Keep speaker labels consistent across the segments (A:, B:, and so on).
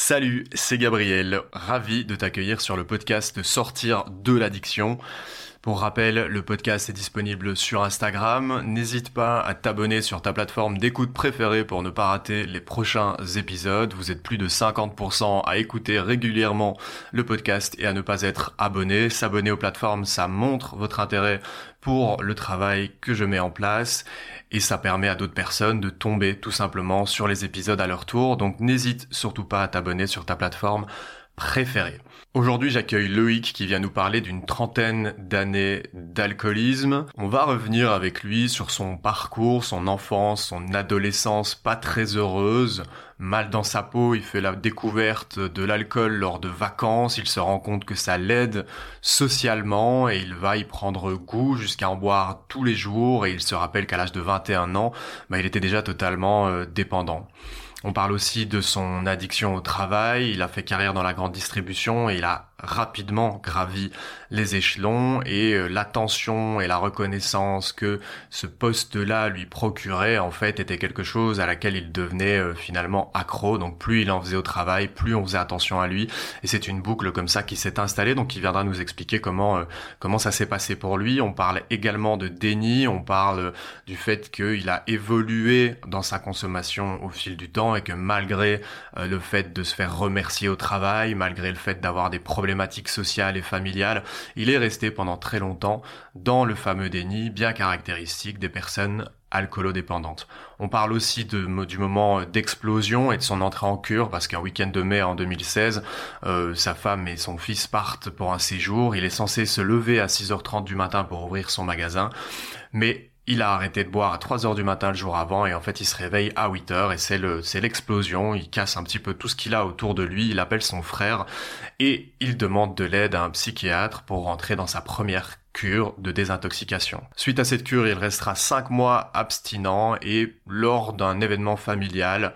A: Salut, c'est Gabriel, ravi de t'accueillir sur le podcast Sortir de l'addiction. Pour rappel, le podcast est disponible sur Instagram. N'hésite pas à t'abonner sur ta plateforme d'écoute préférée pour ne pas rater les prochains épisodes. Vous êtes plus de 50% à écouter régulièrement le podcast et à ne pas être abonné. S'abonner aux plateformes, ça montre votre intérêt pour le travail que je mets en place et ça permet à d'autres personnes de tomber tout simplement sur les épisodes à leur tour. Donc n'hésite surtout pas à t'abonner sur ta plateforme préférée. Aujourd'hui, j'accueille Loïc qui vient nous parler d'une trentaine d'années d'alcoolisme. On va revenir avec lui sur son parcours, son enfance, son adolescence pas très heureuse. Mal dans sa peau, il fait la découverte de l'alcool lors de vacances, il se rend compte que ça l'aide socialement et il va y prendre goût jusqu'à en boire tous les jours et il se rappelle qu'à l'âge de 21 ans, il était déjà totalement dépendant. On parle aussi de son addiction au travail, il a fait carrière dans la grande distribution et il a rapidement gravi les échelons et l'attention et la reconnaissance que ce poste-là lui procurait en fait était quelque chose à laquelle il devenait finalement accro. Donc plus il en faisait au travail, plus on faisait attention à lui et c'est une boucle comme ça qui s'est installée. Donc il viendra nous expliquer comment ça s'est passé pour lui. On parle également de déni, on parle du fait qu'il a évolué dans sa consommation au fil du temps et que malgré le fait de se faire remercier au travail, malgré le fait d'avoir des problématiques sociales et familiales, il est resté pendant très longtemps dans le fameux déni bien caractéristique des personnes alcoolodépendantes. On parle aussi du moment d'explosion et de son entrée en cure parce qu'un week-end de mai en 2016, sa femme et son fils partent pour un séjour. Il est censé se lever à 6h30 du matin pour ouvrir son magasin, mais il a arrêté de boire à 3h du matin le jour avant et en fait il se réveille à 8h et c'est l'explosion. Il casse un petit peu tout ce qu'il a autour de lui, il appelle son frère et il demande de l'aide à un psychiatre pour rentrer dans sa première cure de désintoxication. Suite à cette cure, il restera 5 mois abstinent et lors d'un événement familial,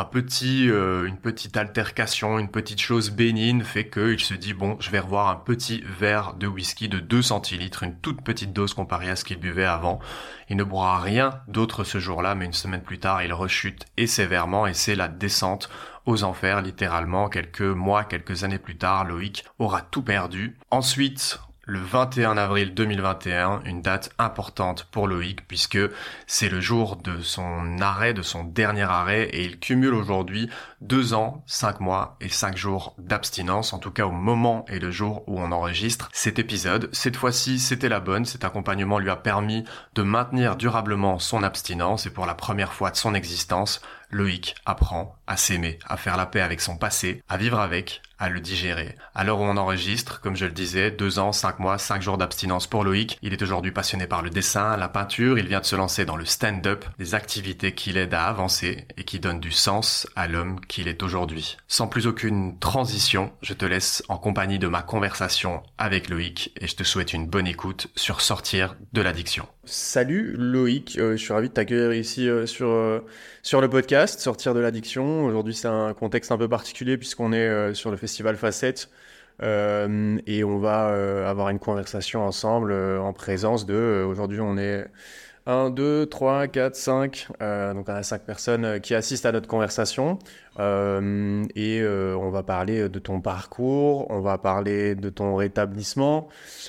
A: une petite altercation, une petite chose bénigne fait qu'il se dit bon, je vais revoir un petit verre de whisky de 2 centilitres, une toute petite dose comparée à ce qu'il buvait avant. Il ne boira rien d'autre ce jour-là, mais une semaine plus tard, il rechute et sévèrement et c'est la descente aux enfers littéralement. Quelques années plus tard, Loïc aura tout perdu. Ensuite, le 21 avril 2021, une date importante pour Loïc puisque c'est le jour de son arrêt, de son dernier arrêt et il cumule aujourd'hui 2 ans, 5 mois et 5 jours d'abstinence, en tout cas au moment et le jour où on enregistre cet épisode. Cette fois-ci, c'était la bonne, cet accompagnement lui a permis de maintenir durablement son abstinence et pour la première fois de son existence, Loïc apprend à s'aimer, à faire la paix avec son passé, à vivre avec, à le digérer. À l'heure où on enregistre, comme je le disais, 2 ans, 5 mois, 5 jours d'abstinence pour Loïc. Il est aujourd'hui passionné par le dessin, la peinture, il vient de se lancer dans le stand-up, des activités qui l'aident à avancer et qui donnent du sens à l'homme qu'il est aujourd'hui. Sans plus aucune transition, je te laisse en compagnie de ma conversation avec Loïc et je te souhaite une bonne écoute sur Sortir de l'addiction. Salut Loïc, je suis ravi de t'accueillir ici sur le podcast Sortir de l'addiction. Aujourd'hui c'est un contexte un peu particulier puisqu'on est sur le festival Facette et on va avoir une conversation ensemble en présence de... aujourd'hui on est 1, 2, 3, 4, 5, donc on a 5 personnes qui assistent à notre conversation on va parler de ton parcours, on va parler de ton rétablissement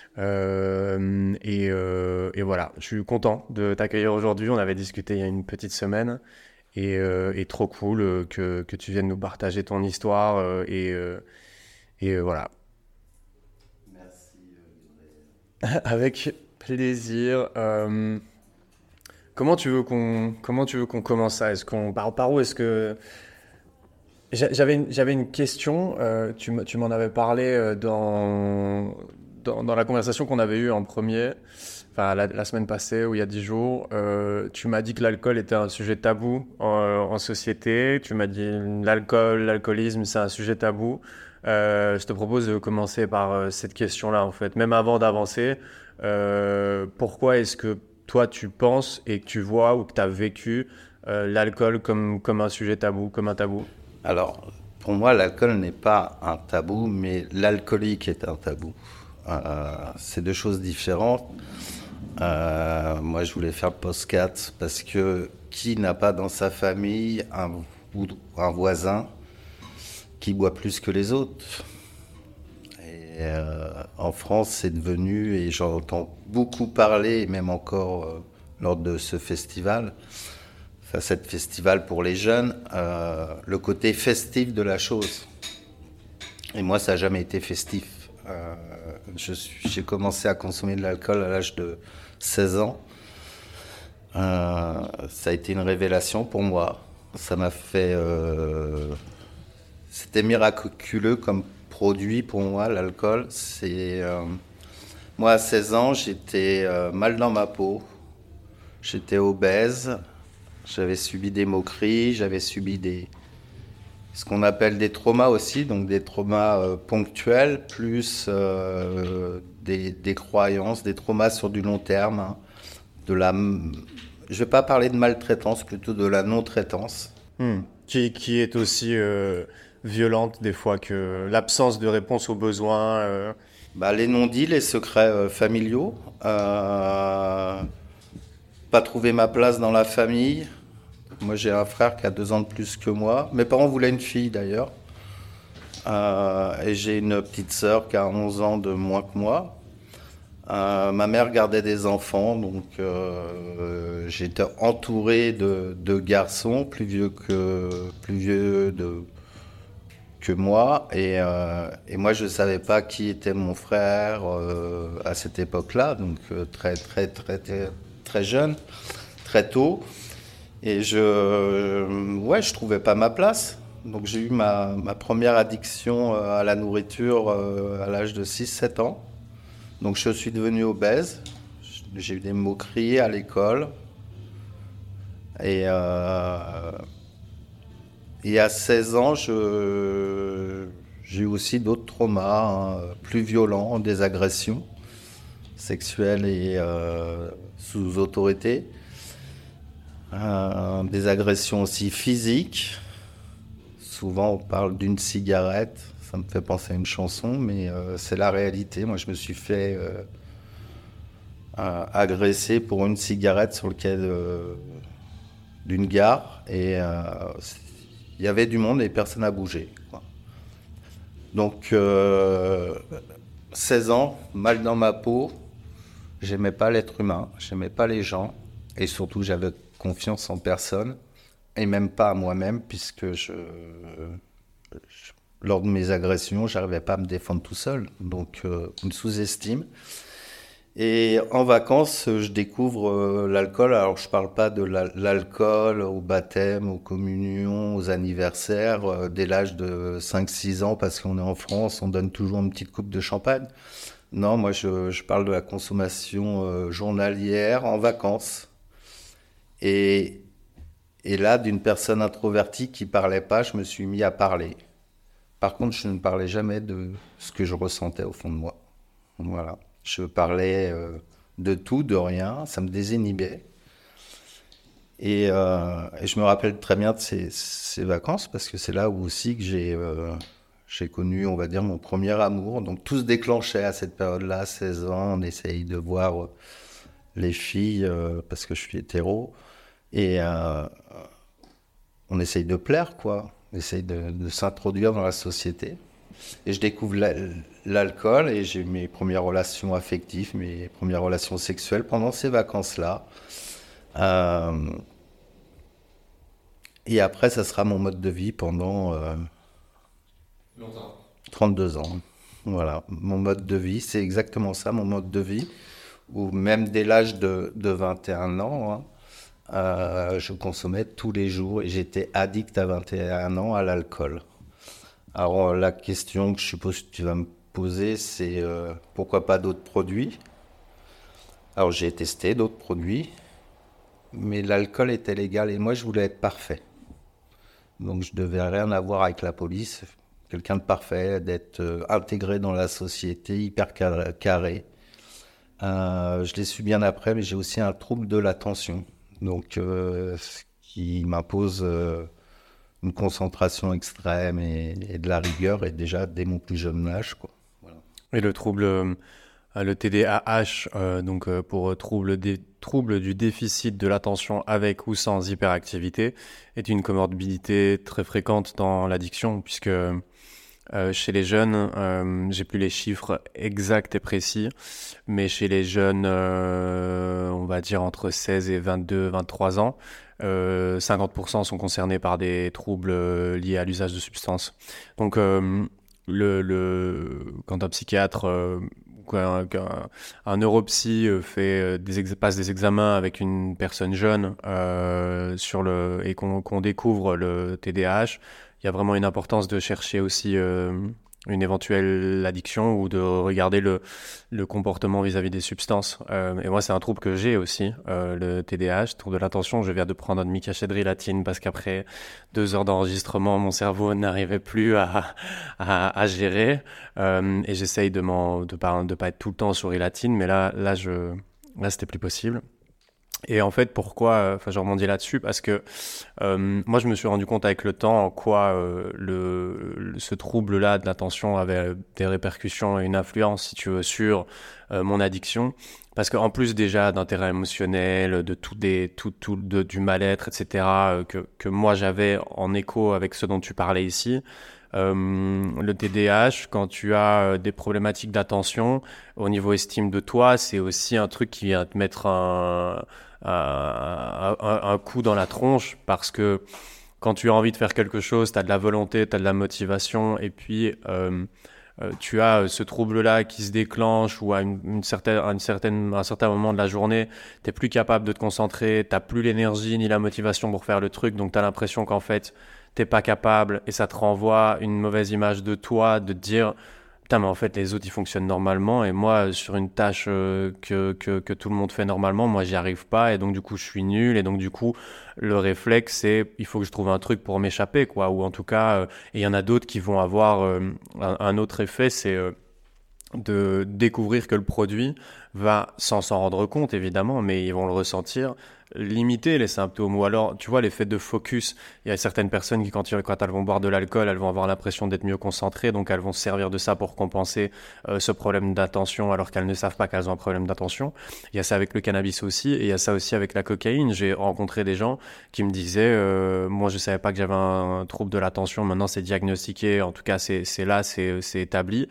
A: et voilà, je suis content de t'accueillir aujourd'hui, on avait discuté il y a une petite semaine et trop cool que tu viennes nous partager ton histoire voilà.
B: Merci,
A: Avec plaisir. Comment tu veux qu'on commence ça? Est-ce qu'on par où est-ce que j'avais une question. Tu m'en avais parlé dans la conversation qu'on avait eue en premier, enfin la semaine passée ou il y a 10 jours. Tu m'as dit que l'alcool était un sujet tabou en société. Tu m'as dit l'alcoolisme, c'est un sujet tabou. Je te propose de commencer par cette question-là en fait. Même avant d'avancer, pourquoi est-ce que toi tu penses et que tu vois ou que tu as vécu l'alcool comme un sujet tabou, comme un tabou?
B: Alors, pour moi, l'alcool n'est pas un tabou, mais l'alcoolique est un tabou. C'est deux choses différentes. Moi, je voulais faire le podcast parce que qui n'a pas dans sa famille un voisin qui boit plus que les autres. Et en France, c'est devenu, et j'en entends beaucoup parler, et même encore lors de ce festival, enfin cet festival pour les jeunes, le côté festif de la chose. Et moi, ça n'a jamais été festif. J'ai commencé à consommer de l'alcool à l'âge de 16 ans. Ça a été une révélation pour moi. Ça m'a fait... C'était miraculeux comme produit pour moi, l'alcool. Moi, à 16 ans, j'étais mal dans ma peau. J'étais obèse. J'avais subi des moqueries. J'avais subi ce qu'on appelle des traumas aussi, donc des traumas ponctuels, plus des croyances, des traumas sur du long terme. Hein, je ne vais pas parler de maltraitance, plutôt de la non-traitance.
A: Qui est aussi violente des fois que l'absence de réponse aux besoins.
B: Les non-dits, les secrets familiaux, pas trouver ma place dans la famille. Moi, j'ai un frère qui a 2 ans de plus que moi. Mes parents voulaient une fille, d'ailleurs. Et j'ai une petite sœur qui a 11 ans de moins que moi. Ma mère gardait des enfants, donc j'étais entouré de garçons plus vieux que moi. Et moi, je ne savais pas qui était mon frère à cette époque-là, donc très, très, très, très, très jeune, très tôt. Et je trouvais pas ma place. Donc j'ai eu ma première addiction à la nourriture à l'âge de 6-7 ans. Donc je suis devenu obèse. J'ai eu des moqueries à l'école. Et à 16 ans, j'ai eu aussi d'autres traumas plus violents, des agressions sexuelles et sous autorité. Des agressions aussi physiques. Souvent, on parle d'une cigarette. Ça me fait penser à une chanson, mais c'est la réalité. Moi, je me suis fait agresser pour une cigarette sur le quai d'une gare. Et il y avait du monde et personne n'a bougé, quoi. Donc, 16 ans, mal dans ma peau. J'aimais pas l'être humain, j'aimais pas les gens. Et surtout, j'avais confiance en personne, et même pas à moi-même, puisque lors de mes agressions, j'arrivais pas à me défendre tout seul, donc une sous-estime. Et en vacances, je découvre l'alcool. Alors, je parle pas de l'alcool au baptême, aux communions, aux anniversaires, dès l'âge de 5-6 ans, parce qu'on est en France, on donne toujours une petite coupe de champagne. Non, moi, je parle de la consommation journalière en vacances. Et là, d'une personne introvertie qui parlait pas, je me suis mis à parler. Par contre, je ne parlais jamais de ce que je ressentais au fond de moi. Voilà. Je parlais de tout, de rien. Ça me désinhibait. Et je me rappelle très bien de ces vacances, parce que c'est là où aussi que j'ai connu, on va dire, mon premier amour. Donc tout se déclenchait à cette période-là, 16 ans. On essaye de voir les filles, parce que je suis hétéro. Et on essaye de plaire, quoi. On essaye de s'introduire dans la société. Et je découvre l'alcool et j'ai mes premières relations affectives, mes premières relations sexuelles pendant ces vacances-là. Et après, ça sera mon mode de vie pendant 32 ans. Voilà, mon mode de vie, c'est exactement ça, mon mode de vie. Où même dès l'âge de 21 ans, je consommais tous les jours et j'étais addict à 21 ans à l'alcool. Alors la question que je suppose que tu vas me poser, c'est pourquoi pas d'autres produits? Alors j'ai testé d'autres produits, mais l'alcool était légal et moi je voulais être parfait. Donc je devais rien avoir avec la police, quelqu'un de parfait, d'être intégré dans la société, hyper carré. Je l'ai su bien après, mais j'ai aussi un trouble de l'attention, donc ce qui m'impose une concentration extrême et de la rigueur, et déjà dès mon plus jeune âge, quoi. Voilà.
A: Et le trouble, le TDAH, pour trouble du déficit de l'attention avec ou sans hyperactivité, est une comorbidité très fréquente dans l'addiction, puisque Chez les jeunes, j'ai plus les chiffres exacts et précis, mais chez les jeunes, on va dire entre 16 et 22, 23 ans, 50% sont concernés par des troubles liés à l'usage de substances. Donc, quand un psychiatre ou un neuropsy passe des examens avec une personne jeune et qu'on découvre le TDAH, il y a vraiment une importance de chercher aussi une éventuelle addiction ou de regarder le comportement vis-à-vis des substances. Et moi, c'est un trouble que j'ai aussi, le TDAH, trouble de l'attention. Je viens de prendre un demi-cachet de Rilatine parce qu'après 2 heures d'enregistrement, mon cerveau n'arrivait plus à gérer. Et j'essaye de pas être tout le temps sur Rilatine, mais là, c'était plus possible. Et en fait, pourquoi, je rebondis là-dessus parce que moi, je me suis rendu compte avec le temps en quoi ce trouble-là de l'attention avait des répercussions et une influence, si tu veux, sur mon addiction. Parce qu'en plus déjà d'intérêt émotionnel, du mal-être, etc., que moi j'avais en écho avec ce dont tu parlais ici, le TDAH, quand tu as des problématiques d'attention, au niveau estime de toi, c'est aussi un truc qui vient te mettre un coup dans la tronche parce que quand tu as envie de faire quelque chose, tu as de la volonté, tu as de la motivation et puis tu as ce trouble-là qui se déclenche ou à un certain moment de la journée, tu n'es plus capable de te concentrer, tu n'as plus l'énergie ni la motivation pour faire le truc, donc tu as l'impression qu'en fait, t'es pas capable et ça te renvoie une mauvaise image de toi, de te dire putain mais en fait les autres ils fonctionnent normalement et moi sur une tâche que tout le monde fait normalement, moi j'y arrive pas et donc du coup je suis nul et donc du coup le réflexe c'est il faut que je trouve un truc pour m'échapper quoi, ou en tout cas et il y en a d'autres qui vont avoir un autre effet, c'est de découvrir que le produit va, sans s'en rendre compte évidemment, mais ils vont le ressentir, limiter les symptômes. Ou alors, tu vois, l'effet de focus. Il y a certaines personnes qui, quand elles vont boire de l'alcool, elles vont avoir l'impression d'être mieux concentrées, donc elles vont se servir de ça pour compenser ce problème d'attention, alors qu'elles ne savent pas qu'elles ont un problème d'attention. Il y a ça avec le cannabis aussi, et il y a ça aussi avec la cocaïne. J'ai rencontré des gens qui me disaient, moi je savais pas que j'avais un trouble de l'attention, maintenant c'est diagnostiqué, en tout cas c'est établi.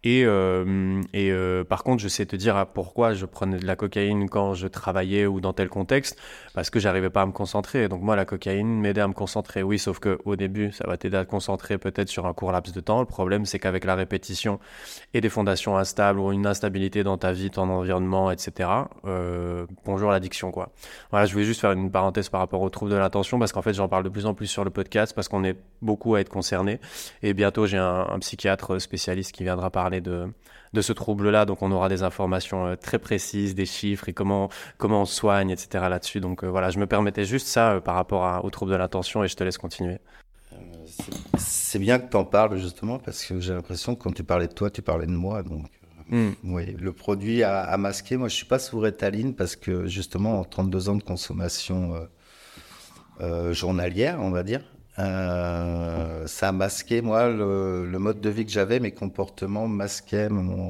A: Par contre, je sais te dire pourquoi je prenais de la cocaïne quand je travaillais ou dans tel contexte, parce que j'arrivais pas à me concentrer. Donc moi, la cocaïne m'aidait à me concentrer. Oui, sauf que au début, ça va t'aider à te concentrer peut-être sur un court laps de temps. Le problème, c'est qu'avec la répétition et des fondations instables ou une instabilité dans ta vie, ton environnement, etc., bonjour l'addiction, quoi. Voilà, je voulais juste faire une parenthèse par rapport aux troubles de l'attention, parce qu'en fait, j'en parle de plus en plus sur le podcast, parce qu'on est beaucoup à être concernés. Et bientôt, j'ai un psychiatre spécialiste qui viendra parler de ce trouble-là. Donc, on aura des informations très précises, des chiffres et comment on soigne, etc. là-dessus. Donc, voilà, je me permettais juste ça par rapport au trouble de l'attention et je te laisse continuer.
B: C'est bien que tu en parles justement parce que j'ai l'impression que quand tu parlais de toi, tu parlais de moi. Donc, oui, le produit à masquer. Moi, je suis pas sous Ritaline parce que justement, en 32 ans de consommation journalière, on va dire, ça a masqué, moi, le mode de vie que j'avais, mes comportements masquaient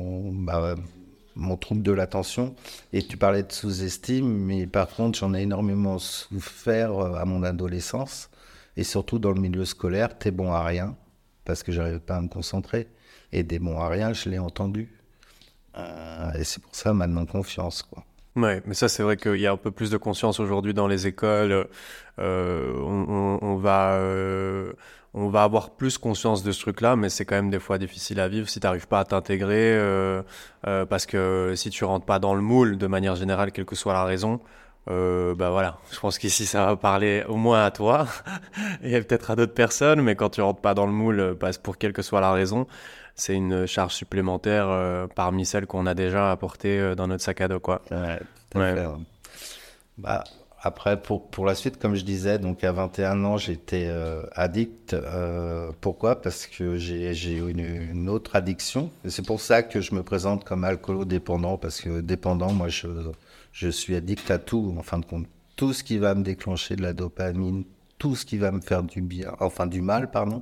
B: mon trouble de l'attention. Et tu parlais de sous-estime, mais par contre, j'en ai énormément souffert à mon adolescence. Et surtout dans le milieu scolaire, t'es bon à rien, parce que j'arrivais pas à me concentrer. Et des bons à rien, je l'ai entendu. Et c'est pour ça, maintenant, confiance, quoi.
A: Ouais, mais ça, c'est vrai qu'il y a un peu plus de conscience aujourd'hui dans les écoles. On va avoir plus conscience de ce truc-là, mais c'est quand même des fois difficile à vivre si t'arrives pas à t'intégrer, parce que si tu rentres pas dans le moule, de manière générale, quelle que soit la raison, bah voilà, je pense qu'ici ça va parler au moins à toi et peut-être à d'autres personnes, mais quand tu rentres pas dans le moule, pour quelle que soit la raison, c'est une charge supplémentaire parmi celles qu'on a déjà apportées dans notre sac à dos, quoi.
B: Ouais, tout à fait. Bah, après, pour la suite, comme je disais, donc à 21 ans, j'étais addict. Pourquoi? Parce que j'ai eu une autre addiction. Et c'est pour ça que je me présente comme alcoolo-dépendant, parce que dépendant, moi, je suis addict à tout, en fin de compte. Tout ce qui va me déclencher de la dopamine, tout ce qui va me faire du bien, enfin du mal, pardon.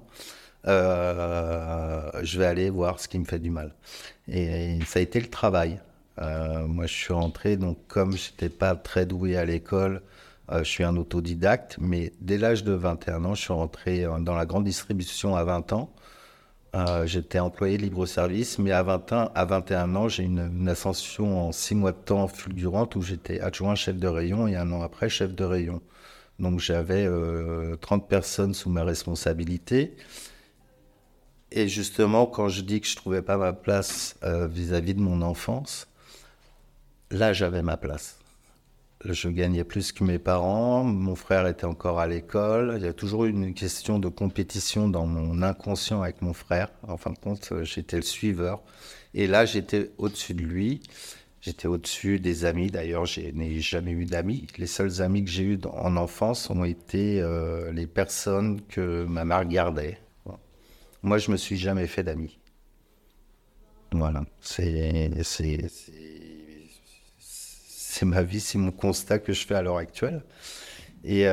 B: Je vais aller voir ce qui me fait du mal. Et ça a été le travail. Moi, je suis rentré, donc comme je n'étais pas très doué à l'école, je suis un autodidacte, mais dès l'âge de 21 ans, je suis rentré dans la grande distribution à 20 ans. J'étais employé libre-service, mais à 21 ans, j'ai une ascension en 6 mois de temps fulgurante où j'étais adjoint chef de rayon et un an après chef de rayon. Donc j'avais 30 personnes sous ma responsabilité. Et justement, quand je dis que je ne trouvais pas ma place vis-à-vis de mon enfance, là j'avais ma place. Je gagnais plus que mes parents, mon frère était encore à l'école. Il y a toujours eu une question de compétition dans mon inconscient avec mon frère. En fin de compte, j'étais le suiveur. Et là, j'étais au-dessus de lui. J'étais au-dessus des amis. D'ailleurs, je n'ai jamais eu d'amis. Les seuls amis que j'ai eus en enfance ont été les personnes que ma mère gardait. Moi, je me suis jamais fait d'amis. Voilà. C'est ma vie, c'est mon constat que je fais à l'heure actuelle. Et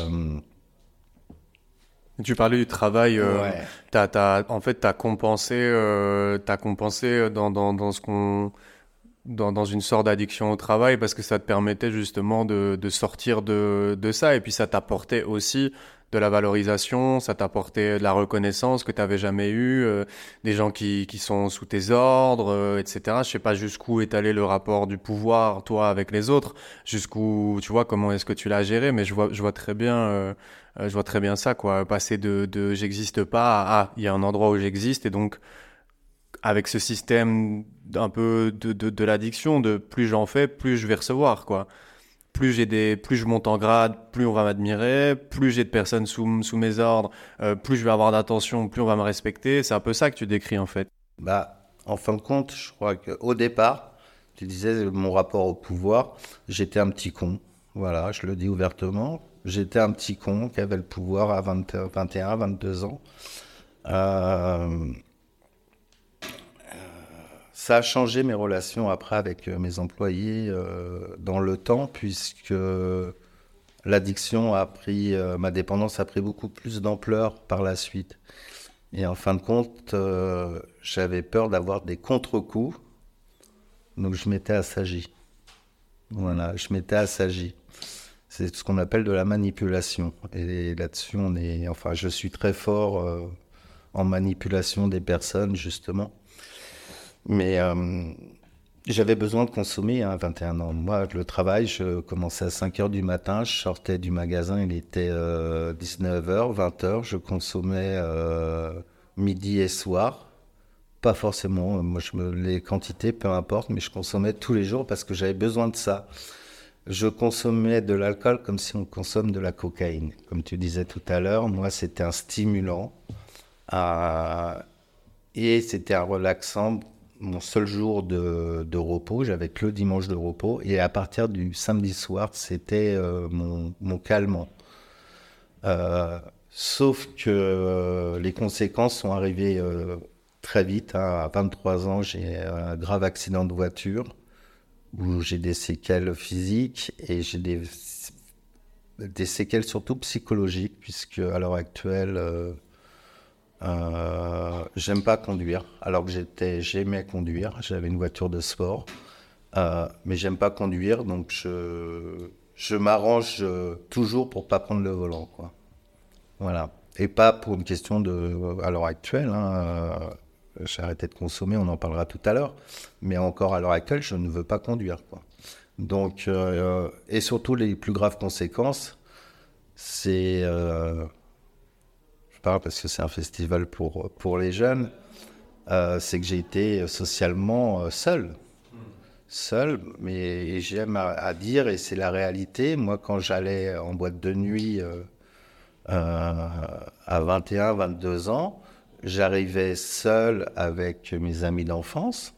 A: Tu parlais du travail,
B: ouais.
A: en fait, t'as compensé dans ce qu'on, dans une sorte d'addiction au travail parce que ça te permettait justement de sortir de ça et puis ça t'apportait aussi de la valorisation, ça t'apportait de la reconnaissance que t'avais jamais eu, des gens qui sont sous tes ordres, etc. Je sais pas jusqu'où est allé le rapport du pouvoir, toi, avec les autres, jusqu'où, tu vois, comment est-ce que tu l'as géré, mais je vois très bien ça, quoi. Passer de j'existe pas à il y a un endroit où j'existe et donc avec ce système un peu de l'addiction, de plus j'en fais, plus je vais recevoir, quoi. Plus je monte en grade, plus on va m'admirer, plus j'ai de personnes sous mes ordres, plus je vais avoir d'attention, plus on va me respecter. C'est un peu ça que tu décris, en fait.
B: En fin de compte, je crois qu'au départ, tu disais mon rapport au pouvoir, j'étais un petit con. Voilà, je le dis ouvertement. J'étais un petit con qui avait le pouvoir à 21, 22 ans. Euh, Ça a changé mes relations après avec mes employés dans le temps, puisque l'addiction a pris, ma dépendance a pris beaucoup plus d'ampleur par la suite. Et en fin de compte, j'avais peur d'avoir des contre-coups, donc je m'étais assagi. Voilà, je m'étais assagi. C'est ce qu'on appelle de la manipulation. Et là-dessus, enfin, je suis très fort en manipulation des personnes, justement. Mais j'avais besoin de consommer à 21 ans. Moi, le travail, je commençais à 5 heures du matin, je sortais du magasin, il était 19 heures, 20 heures, je consommais midi et soir. Pas forcément, moi les quantités, peu importe, mais je consommais tous les jours parce que j'avais besoin de ça. Je consommais de l'alcool comme si on consomme de la cocaïne. Comme tu disais tout à l'heure, moi c'était un stimulant et c'était un relaxant. Mon seul jour de repos, j'avais que le dimanche de repos. Et à partir du samedi soir, c'était mon calmant. Euh, Sauf que les conséquences sont arrivées très vite, hein. À 23 ans, j'ai un grave accident de voiture où j'ai des séquelles physiques et j'ai des séquelles surtout psychologiques, puisque à l'heure actuelle, j'aime pas conduire, alors que j'aimais conduire. J'avais une voiture de sport, mais j'aime pas conduire, donc je m'arrange toujours pour pas prendre le volant, quoi. Voilà. Et pas pour une question à l'heure actuelle, hein, j'ai arrêté de consommer, on en parlera tout à l'heure, mais encore à l'heure actuelle, je ne veux pas conduire, quoi. Donc, et surtout les plus graves conséquences, c'est je parle parce que c'est un festival pour les jeunes, c'est que j'ai été socialement seul. Seul, mais j'aime à dire, et c'est la réalité. Moi, quand j'allais en boîte de nuit à 21, 22 ans, j'arrivais seul avec mes amis d'enfance.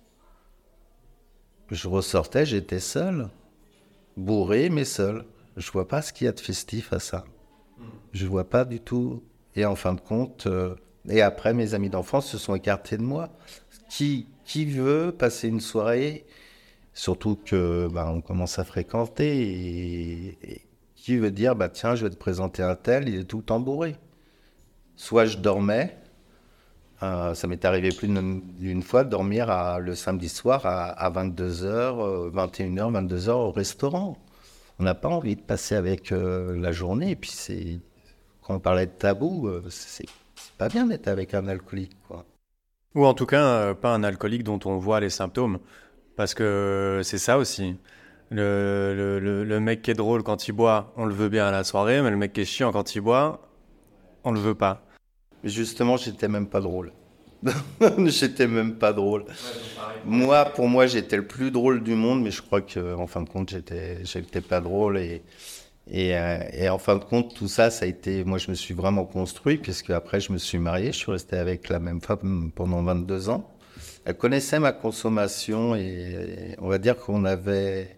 B: Je ressortais, j'étais seul, bourré, mais seul. Je vois pas ce qu'il y a de festif à ça. Je vois pas du tout. Et en fin de compte, et après, mes amis d'enfance se sont écartés de moi. Qui veut passer une soirée, surtout que on commence à fréquenter, et qui veut dire, tiens, je vais te présenter un tel, il est tout le temps bourré. Soit je dormais, ça m'est arrivé plus d'une fois de dormir le samedi soir à 22h, 21h, 22h au restaurant. On n'a pas envie de passer avec la journée. Et puis, quand on parlait de tabou, c'est pas bien d'être avec un alcoolique, quoi.
A: Ou en tout cas, pas un alcoolique dont on voit les symptômes. Parce que c'est ça aussi. Le mec qui est drôle quand il boit, on le veut bien à la soirée, mais le mec qui est chiant quand il boit, on le veut pas.
B: Mais justement, j'étais même pas drôle. J'étais même pas drôle. Moi, pour moi, j'étais le plus drôle du monde, mais je crois que, en fin de compte, j'étais pas drôle. Et en fin de compte, tout ça, ça a été. Moi, je me suis vraiment construit, puisque après, je me suis marié. Je suis resté avec la même femme pendant 22 ans. Elle connaissait ma consommation et on va dire qu'on avait.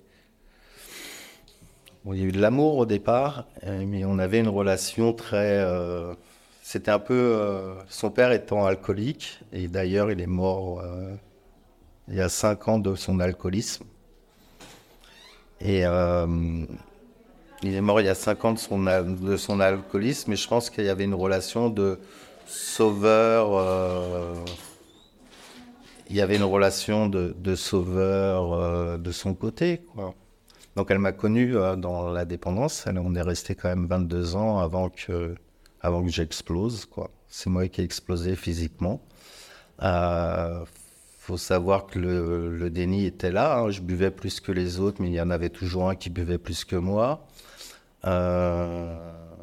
B: Bon, il y a eu de l'amour au départ, mais on avait une relation très. C'était un peu. Son père étant alcoolique, et d'ailleurs, il est mort il y a 5 ans de son alcoolisme. Et il est mort il y a 5 ans de son alcoolisme, mais je pense qu'il y avait une relation de sauveur. Il y avait une relation de sauveur de son côté, quoi. Donc elle m'a connu dans la dépendance. On est resté quand même 22 ans avant que j'explose, quoi. C'est moi qui ai explosé physiquement. Faut savoir que le déni était là, hein. Je buvais plus que les autres, mais il y en avait toujours un qui buvait plus que moi. Euh,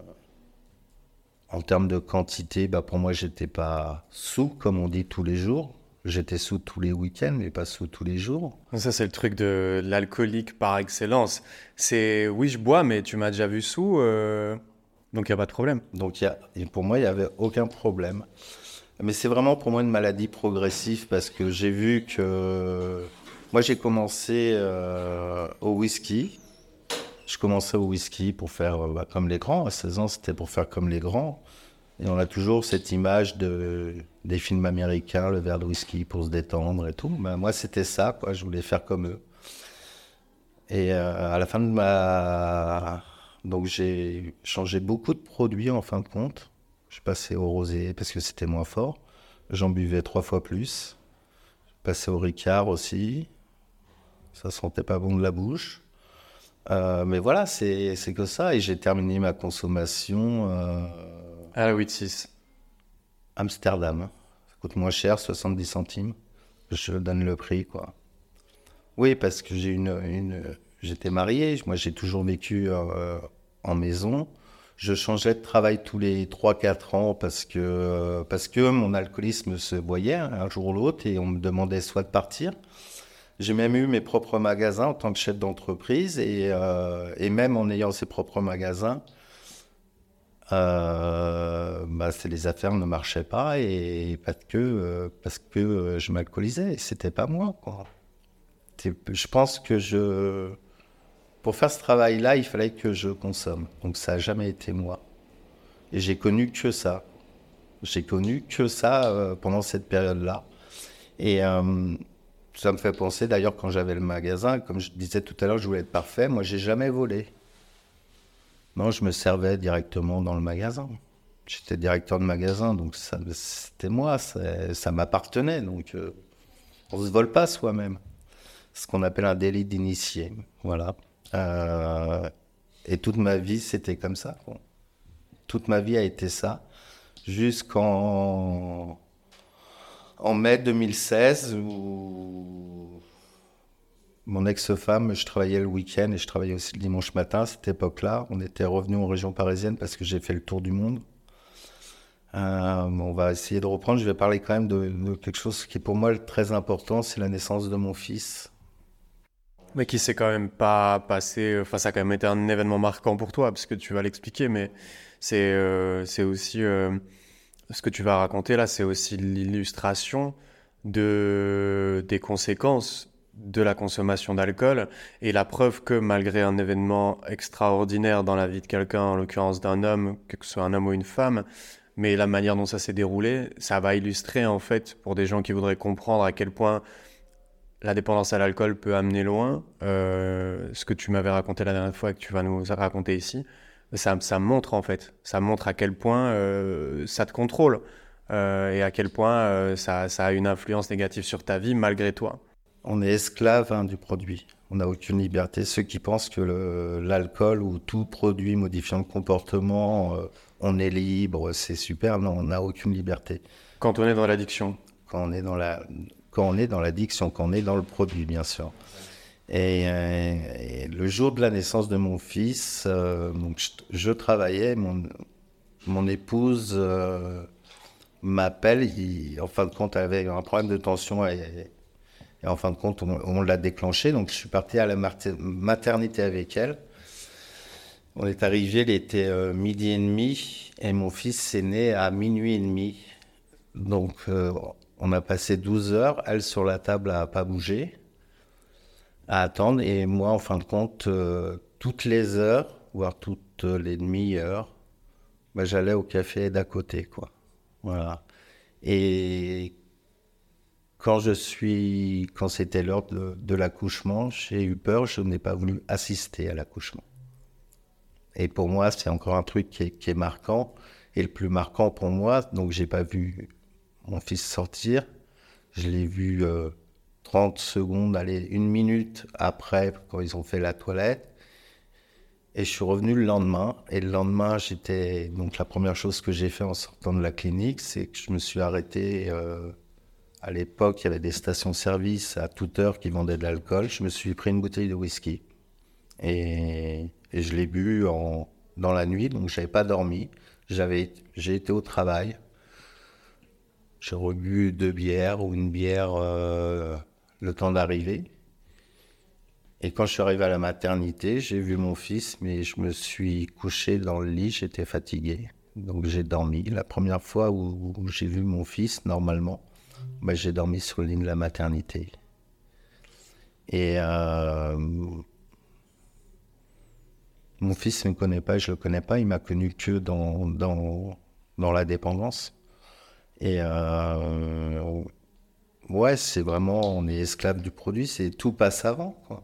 B: En termes de quantité, bah pour moi, j'étais pas sous, comme on dit tous les jours. J'étais sous tous les week-ends, mais pas sous tous les jours.
A: Ça, c'est le truc de l'alcoolique par excellence. C'est oui, je bois, mais tu m'as déjà vu sous, donc il n'y a pas de problème.
B: Donc et pour moi, il n'y avait aucun problème. Mais c'est vraiment pour moi une maladie progressive parce que j'ai vu que... Moi, j'ai commencé au whisky. Je commençais au whisky pour faire comme les grands. À 16 ans, c'était pour faire comme les grands. Et on a toujours cette image des films américains, le verre de whisky pour se détendre et tout. Ben, moi, c'était ça, quoi. Je voulais faire comme eux. Et à la fin de ma... Donc, j'ai changé beaucoup de produits en fin de compte. Je suis passé au rosé parce que c'était moins fort. J'en buvais 3 fois plus. Je suis passé au Ricard aussi. Ça sentait pas bon de la bouche. Mais voilà, c'est que ça. Et j'ai terminé ma consommation
A: À la 8-6.
B: Amsterdam. Ça coûte moins cher, 70 centimes. Je donne le prix, quoi. Oui, parce que j'étais marié. Moi, j'ai toujours vécu en maison. Je changeais de travail tous les 3 4 ans parce que mon alcoolisme se voyait un jour ou l'autre et on me demandait soit de partir. J'ai même eu mes propres magasins en tant que chef d'entreprise et même en ayant ses propres magasins, les affaires ne marchaient pas et parce que je m'alcoolisais et c'était pas moi, quoi. Je pense que pour faire ce travail-là, il fallait que je consomme. Donc ça n'a jamais été moi. Et j'ai connu que ça. J'ai connu que ça pendant cette période-là. Et ça me fait penser, d'ailleurs, quand j'avais le magasin, comme je disais tout à l'heure, je voulais être parfait. Moi, j'ai jamais volé. Non, je me servais directement dans le magasin. J'étais directeur de magasin, donc c'était moi, ça m'appartenait. Donc, on se vole pas soi-même. Ce qu'on appelle un délit d'initié. Voilà. Et toute ma vie, c'était comme ça, quoi. Toute ma vie a été ça. Jusqu'en mai 2016, où mon ex-femme, je travaillais le week-end et je travaillais aussi le dimanche matin. À cette époque-là, on était revenu en région parisienne parce que j'ai fait le tour du monde. On va essayer de reprendre. Je vais parler quand même de quelque chose qui est pour moi très important, c'est la naissance de mon fils.
A: Mais qui s'est quand même pas passé. Enfin, ça a quand même été un événement marquant pour toi, parce que tu vas l'expliquer, mais c'est aussi. Ce que tu vas raconter là, c'est aussi l'illustration des conséquences de la consommation d'alcool et la preuve que malgré un événement extraordinaire dans la vie de quelqu'un, en l'occurrence d'un homme, que ce soit un homme ou une femme, mais la manière dont ça s'est déroulé, ça va illustrer en fait pour des gens qui voudraient comprendre à quel point la dépendance à l'alcool peut amener loin, ce que tu m'avais raconté la dernière fois et que tu vas nous raconter ici, ça montre en fait, ça montre à quel point ça te contrôle et à quel point ça a une influence négative sur ta vie malgré toi.
B: On est esclave, hein, du produit. On n'a aucune liberté. Ceux qui pensent que l'alcool ou tout produit modifiant le comportement, on est libre, c'est super. Non, on n'a aucune liberté.
A: Quand on est dans l'addiction.
B: quand on est dans l'addiction, quand on est dans le produit, bien sûr. Et le jour de la naissance de mon fils, donc je travaillais, mon épouse m'appelle, en fin de compte, elle avait un problème de tension et en fin de compte, on l'a déclenché. Donc je suis parti à la maternité avec elle. On est arrivé, il était 12h30 et mon fils est né à 00h30. Donc on a passé 12 heures, elle sur la table à pas bouger, à attendre. Et moi, en fin de compte, toutes les heures, voire toutes les demi-heures, bah, j'allais au café d'à côté, quoi. Voilà. Et quand c'était l'heure de l'accouchement, j'ai eu peur, je n'ai pas voulu assister à l'accouchement. Et pour moi, c'est encore un truc qui est marquant. Et le plus marquant pour moi, donc j'ai pas vu mon fils sortir. Je l'ai vu 30 secondes, allez, 1 minute après, quand ils ont fait la toilette. Et je suis revenu le lendemain. Et le lendemain, donc la première chose que j'ai fait en sortant de la clinique, c'est que je me suis arrêté. À l'époque, il y avait des stations-service à toute heure qui vendaient de l'alcool. Je me suis pris une bouteille de whisky. Et je l'ai bu dans la nuit, donc je n'avais pas dormi. J'ai été au travail. J'ai rebu 2 bières ou une bière le temps d'arriver. Et quand je suis arrivé à la maternité, j'ai vu mon fils, mais je me suis couché dans le lit, j'étais fatigué. Donc j'ai dormi. La première fois où j'ai vu mon fils, normalement, bah, j'ai dormi sur le lit de la maternité. Et mon fils ne me connaît pas, je ne le connais pas, il m'a connu que dans la dépendance. Et ouais, c'est vraiment, on est esclave du produit, tout passe avant, quoi.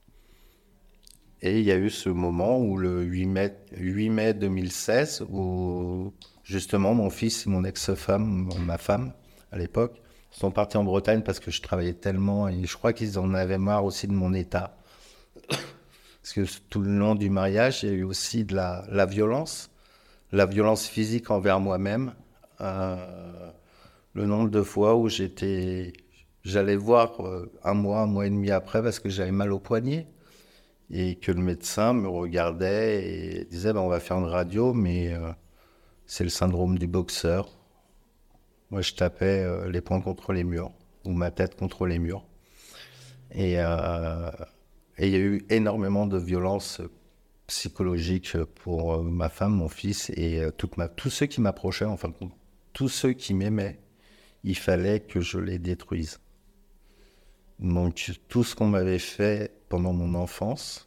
B: Et il y a eu ce moment où le 8 mai 2016, où justement mon fils et mon ex-femme, ma femme à l'époque, sont partis en Bretagne parce que je travaillais tellement et je crois qu'ils en avaient marre aussi de mon état. Parce que tout le long du mariage, il y a eu aussi de la violence physique envers moi-même. Le nombre de fois où j'allais voir un mois et demi après parce que j'avais mal au poignet et que le médecin me regardait et disait on va faire une radio, mais c'est le syndrome du boxeur. Moi, je tapais les poings contre les murs ou ma tête contre les murs. Et il y a eu énormément de violence psychologique pour ma femme, mon fils et tous ceux qui m'approchaient, enfin tous ceux qui m'aimaient. Il fallait que je les détruise. Donc tout ce qu'on m'avait fait pendant mon enfance,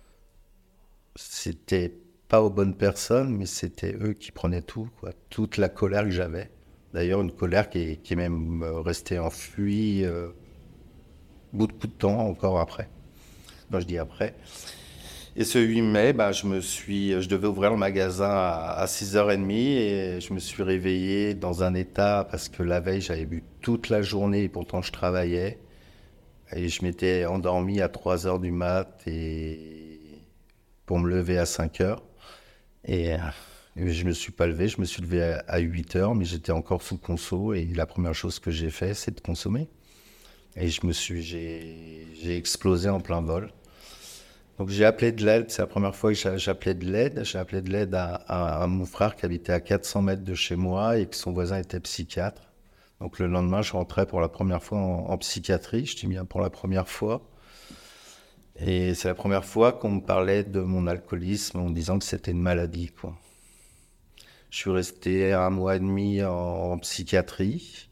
B: c'était pas aux bonnes personnes, mais c'était eux qui prenaient tout, quoi. Toute la colère que j'avais. D'ailleurs, une colère qui est même restée enfouie beaucoup de temps encore après. Non, je dis après. Et ce 8 mai, je devais ouvrir le magasin à 6h30 et je me suis réveillé dans un état parce que la veille, j'avais bu toute la journée et pourtant je travaillais. Et je m'étais endormi à 3h du mat pour me lever à 5h. Et je me suis pas levé, je me suis levé à 8h, mais j'étais encore sous conso et la première chose que j'ai fait, c'est de consommer. Et j'ai explosé en plein vol. Donc j'ai appelé de l'aide, c'est la première fois que j'appelais de l'aide. J'ai appelé de l'aide à mon frère qui habitait à 400 mètres de chez moi et que son voisin était psychiatre. Donc le lendemain, je rentrais pour la première fois en psychiatrie, je dis bien pour la première fois. Et c'est la première fois qu'on me parlait de mon alcoolisme en me disant que c'était une maladie, quoi. Je suis resté 1 mois et demi en psychiatrie.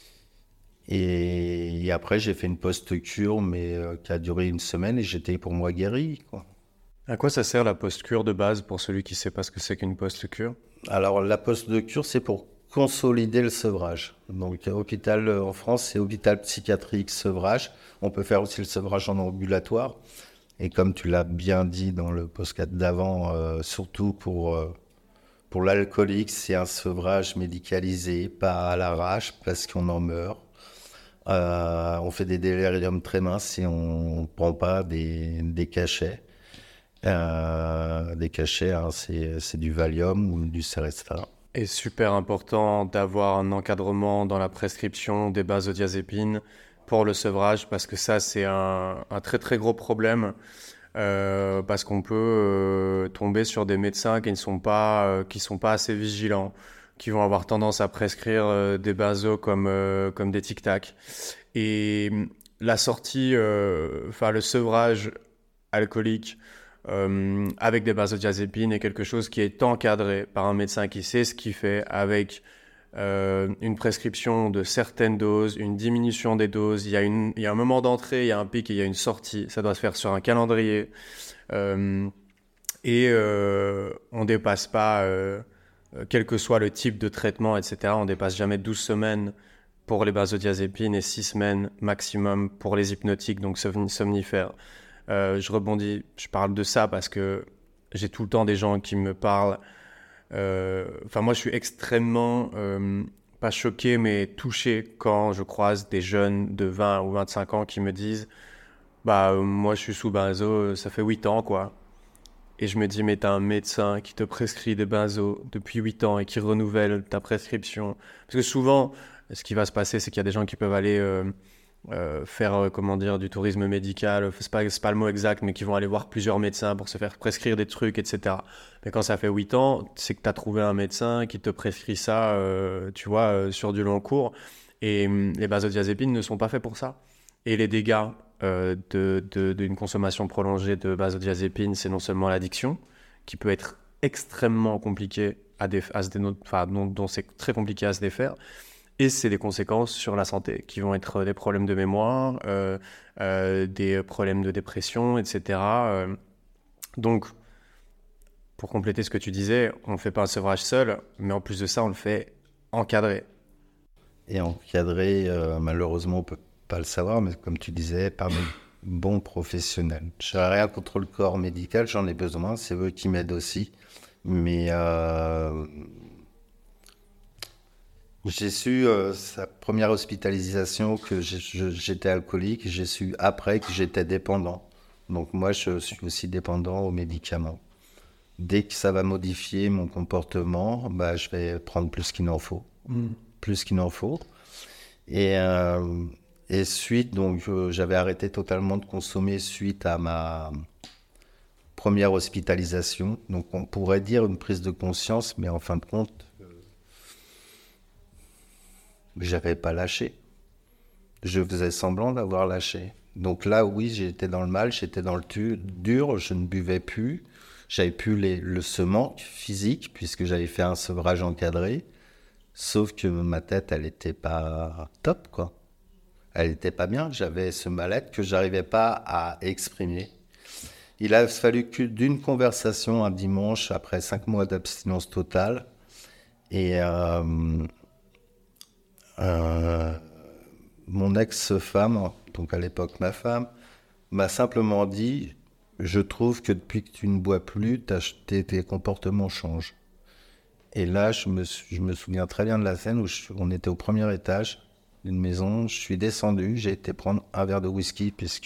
B: Et après, j'ai fait une post-cure, mais qui a duré 1 semaine et j'étais pour moi guéri, quoi.
A: À quoi ça sert la post-cure de base pour celui qui ne sait pas ce que c'est qu'une post-cure?
B: Alors, la post-cure, c'est pour consolider le sevrage. Donc, hôpital en France, c'est hôpital psychiatrique sevrage. On peut faire aussi le sevrage en ambulatoire. Et comme tu l'as bien dit dans le podcast d'avant, surtout pour l'alcoolique, c'est un sevrage médicalisé, pas à l'arrache, parce qu'on en meurt. On fait des déliriums très minces et on ne prend pas des cachets. Des cachets, hein, c'est du Valium ou du Seresta.
A: Et super important d'avoir un encadrement dans la prescription des benzodiazépines pour le sevrage, parce que ça, c'est un très très gros problème, parce qu'on peut tomber sur des médecins qui sont pas assez vigilants, qui vont avoir tendance à prescrire des benzos comme des tic-tac. Et la sortie, enfin le sevrage alcoolique avec des benzodiazépines est quelque chose qui est encadré par un médecin qui sait ce qu'il fait, avec une prescription de certaines doses, une diminution des doses. Il y a un moment d'entrée, il y a un pic et il y a une sortie. Ça doit se faire sur un calendrier. Euh, on dépasse pas, quel que soit le type de traitement, etc., on dépasse jamais 12 semaines pour les benzodiazépines et 6 semaines maximum pour les hypnotiques, donc somnifères. Je rebondis, je parle de ça parce que j'ai tout le temps des gens qui me parlent. Enfin, moi, je suis extrêmement, pas choqué, mais touché quand je croise des jeunes de 20 ou 25 ans qui me disent bah, moi, je suis sous benzo, ça fait 8 ans, quoi. Et je me dis, mais t'as un médecin qui te prescrit des benzos depuis 8 ans et qui renouvelle ta prescription. Parce que souvent, ce qui va se passer, c'est qu'il y a des gens qui peuvent aller faire, comment dire, du tourisme médical, c'est pas le mot exact, mais qui vont aller voir plusieurs médecins pour se faire prescrire des trucs, etc. Mais quand ça fait 8 ans, c'est que tu as trouvé un médecin qui te prescrit ça, tu vois, sur du long cours. Et les benzodiazépines ne sont pas faits pour ça. Et les dégâts d'une consommation prolongée de benzodiazépines, c'est non seulement l'addiction, qui peut être extrêmement compliquée dont c'est très compliqué à se défaire, et c'est des conséquences sur la santé, qui vont être des problèmes de mémoire, des problèmes de dépression, etc. Donc, pour compléter ce que tu disais, on ne fait pas un sevrage seul, mais en plus de ça, on le fait encadré.
B: Et encadré, malheureusement, on ne peut pas le savoir, mais comme tu disais, par mes bons professionnels. Je n'ai rien contre le corps médical, j'en ai besoin, c'est eux qui m'aident aussi. Mais j'ai su sa première hospitalisation que j'étais alcoolique, j'ai su après que j'étais dépendant. Donc moi, je suis aussi dépendant aux médicaments. Dès que ça va modifier mon comportement, bah, je vais prendre plus qu'il n'en faut. Plus qu'il n'en faut. Et suite, donc j'avais arrêté totalement de consommer suite à ma première hospitalisation. Donc on pourrait dire une prise de conscience, mais en fin de compte, j'avais pas lâché. Je faisais semblant d'avoir lâché. Donc là, oui, j'étais dans le mal, j'étais dans le dur, je ne buvais plus. J'avais plus ce manque physique, puisque j'avais fait un sevrage encadré. Sauf que ma tête, elle était pas top, quoi. Elle était pas bien. J'avais ce mal-être que j'arrivais pas à exprimer. Il a fallu que d'une conversation un dimanche, après 5 mois d'abstinence totale, et mon ex-femme, donc à l'époque ma femme, m'a simplement dit « Je trouve que depuis que tu ne bois plus, tes comportements changent. » Et là, je me souviens très bien de la scène où on était au premier étage d'une maison. Je suis descendu, j'ai été prendre un verre de whisky puisque